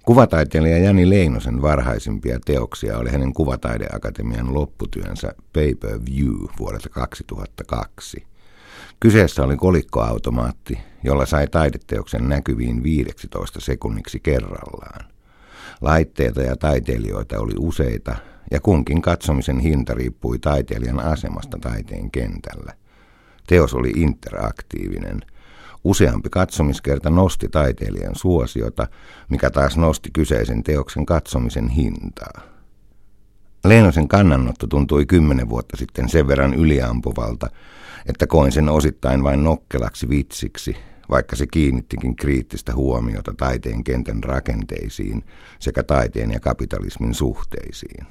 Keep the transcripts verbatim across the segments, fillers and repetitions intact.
Kuvataiteilija Jani Leinosen varhaisimpia teoksia oli hänen Kuvataideakatemian lopputyönsä Pay-per-View vuodelta kaksituhattakaksi. Kyseessä oli kolikkoautomaatti, jolla sai taideteoksen näkyviin viisitoista sekunniksi kerrallaan. Laitteita ja taiteilijoita oli useita, ja kunkin katsomisen hinta riippui taiteilijan asemasta taiteen kentällä. Teos oli interaktiivinen. Useampi katsomiskerta nosti taiteilijan suosiota, mikä taas nosti kyseisen teoksen katsomisen hintaa. Leinosen kannanotto tuntui kymmenen vuotta sitten sen verran yliampuvalta, että koin sen osittain vain nokkelaksi vitsiksi, vaikka se kiinnittikin kriittistä huomiota taiteen kentän rakenteisiin sekä taiteen ja kapitalismin suhteisiin.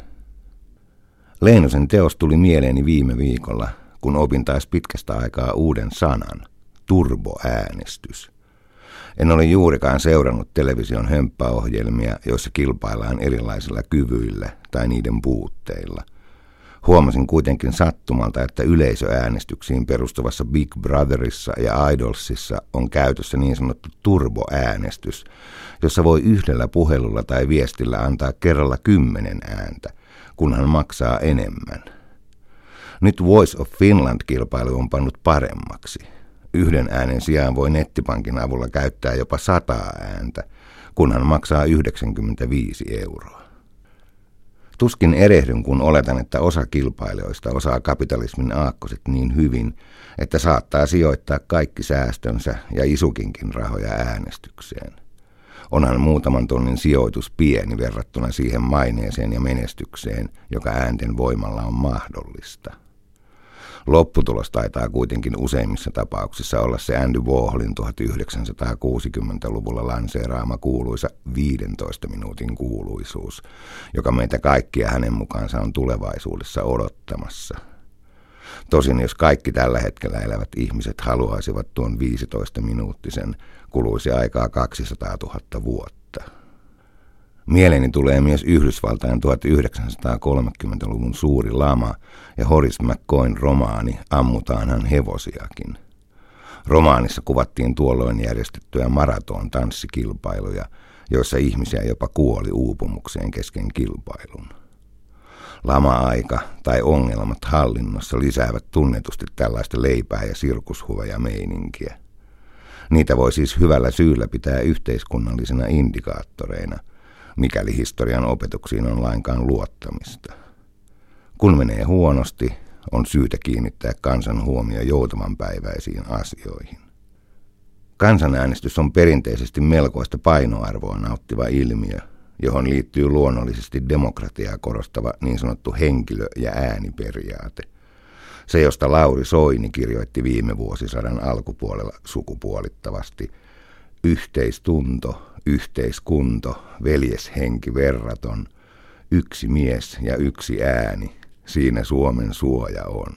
Leinosen teos tuli mieleeni viime viikolla, kun opin taas pitkästä aikaa uuden sanan, turboäänestys. En ole juurikaan seurannut television hömppäohjelmia, joissa kilpaillaan erilaisilla kyvyillä tai niiden puutteilla. Huomasin kuitenkin sattumalta, että yleisöäänestyksiin perustuvassa Big Brotherissa ja Idolsissa on käytössä niin sanottu turboäänestys, jossa voi yhdellä puhelulla tai viestillä antaa kerralla kymmenen ääntä, kunhan maksaa enemmän. Nyt Voice of Finland-kilpailu on pannut paremmaksi. Yhden äänen sijaan voi nettipankin avulla käyttää jopa sataa ääntä, kunhan maksaa yhdeksänkymmentäviisi euroa. Tuskin erehdyn, kun oletan, että osa kilpailijoista osaa kapitalismin aakkoset niin hyvin, että saattaa sijoittaa kaikki säästönsä ja isukinkin rahoja äänestykseen. Onhan muutaman tonnin sijoitus pieni verrattuna siihen maineeseen ja menestykseen, joka äänten voimalla on mahdollista. Lopputulos taitaa kuitenkin useimmissa tapauksissa olla se Andy Warholin tuhatyhdeksänsataakuusikymmentäluvulla lanseeraama kuuluisa viidentoista minuutin kuuluisuus, joka meitä kaikkia hänen mukaansa on tulevaisuudessa odottamassa. Tosin jos kaikki tällä hetkellä elävät ihmiset haluaisivat tuon viisitoista minuuttisen, kuluisi aikaa kaksisataatuhatta vuotta. Mieleeni tulee myös Yhdysvaltain tuhatyhdeksänsataakolmekymmentäluvun suuri lama ja Horace McCoyn romaani Ammutaanhan hevosiakin. Romaanissa kuvattiin tuolloin järjestettyjä maraton tanssikilpailuja, joissa ihmisiä jopa kuoli uupumukseen kesken kilpailun. Lama-aika tai ongelmat hallinnossa lisäävät tunnetusti tällaista leipää ja sirkushuveja meininkiä. Niitä voi siis hyvällä syyllä pitää yhteiskunnallisina indikaattoreina, mikäli historian opetuksiin on lainkaan luottamista. Kun menee huonosti, on syytä kiinnittää kansan huomio joutavanpäiväisiin asioihin. Kansanäänestys on perinteisesti melkoista painoarvoa nauttiva ilmiö, johon liittyy luonnollisesti demokratiaa korostava niin sanottu henkilö- ja ääniperiaate. Se, josta Lauri Soini kirjoitti viime vuosisadan alkupuolella sukupuolittavasti: yhteistunto, yhteiskunto, veljeshenki verraton, yksi mies ja yksi ääni, siinä Suomen suoja on.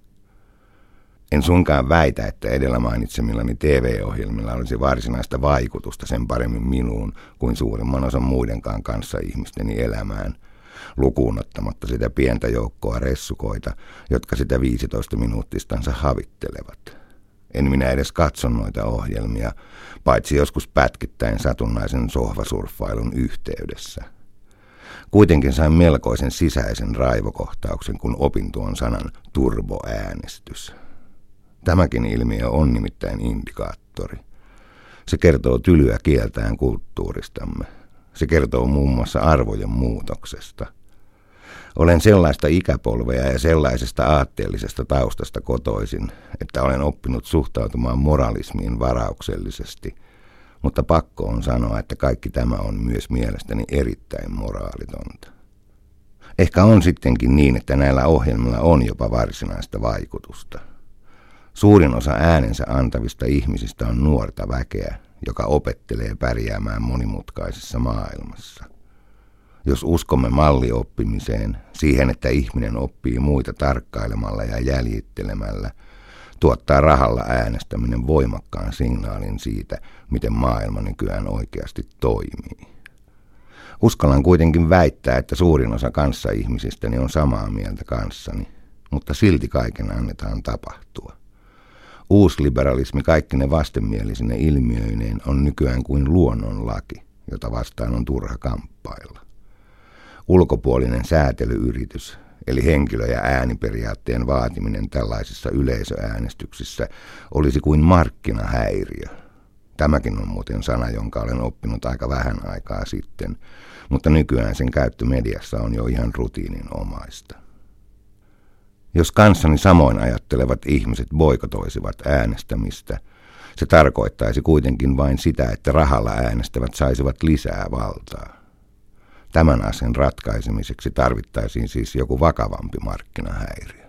En suinkaan väitä, että edellä mainitsemillani T V-ohjelmilla olisi varsinaista vaikutusta sen paremmin minuun kuin suurimman osan muidenkaan kanssa ihmisteni elämään, lukuun ottamatta sitä pientä joukkoa ressukoita, jotka sitä viisitoista minuuttistansa havittelevat. En minä edes katso noita ohjelmia, paitsi joskus pätkittäin satunnaisen sohvasurffailun yhteydessä. Kuitenkin sain melkoisen sisäisen raivokohtauksen, kun opin tuon sanan turboäänestys. Tämäkin ilmiö on nimittäin indikaattori. Se kertoo tylyä kieltään kulttuuristamme. Se kertoo muun muassa arvojen muutoksesta. Olen sellaista ikäpolvea ja sellaisesta aatteellisesta taustasta kotoisin, että olen oppinut suhtautumaan moralismiin varauksellisesti, mutta pakko on sanoa, että kaikki tämä on myös mielestäni erittäin moraalitonta. Ehkä on sittenkin niin, että näillä ohjelmilla on jopa varsinaista vaikutusta. Suurin osa äänensä antavista ihmisistä on nuorta väkeä, joka opettelee pärjäämään monimutkaisessa maailmassa. Jos uskomme mallioppimiseen, siihen, että ihminen oppii muita tarkkailemalla ja jäljittelemällä, tuottaa rahalla äänestäminen voimakkaan signaalin siitä, miten maailma nykyään oikeasti toimii. Uskallan kuitenkin väittää, että suurin osa kanssaihmisistäni on samaa mieltä kanssani, mutta silti kaiken annetaan tapahtua. Uusliberalismi kaikkine vastenmielisine ilmiöineen on nykyään kuin luonnonlaki. jota vastaan on turha kamppailla. Ulkopuolinen säätelyyritys, eli henkilö- ja ääniperiaatteen vaatiminen tällaisissa yleisöäänestyksissä, olisi kuin markkinahäiriö. Tämäkin on muuten sana, jonka olen oppinut aika vähän aikaa sitten, mutta nykyään sen käyttö mediassa on jo ihan rutiininomaista. Jos kanssani samoin ajattelevat ihmiset boikotoisivat äänestämistä, se tarkoittaisi kuitenkin vain sitä, että rahalla äänestävät saisivat lisää valtaa. Tämän asian ratkaisemiseksi tarvittaisiin siis joku vakavampi markkinahäiriö.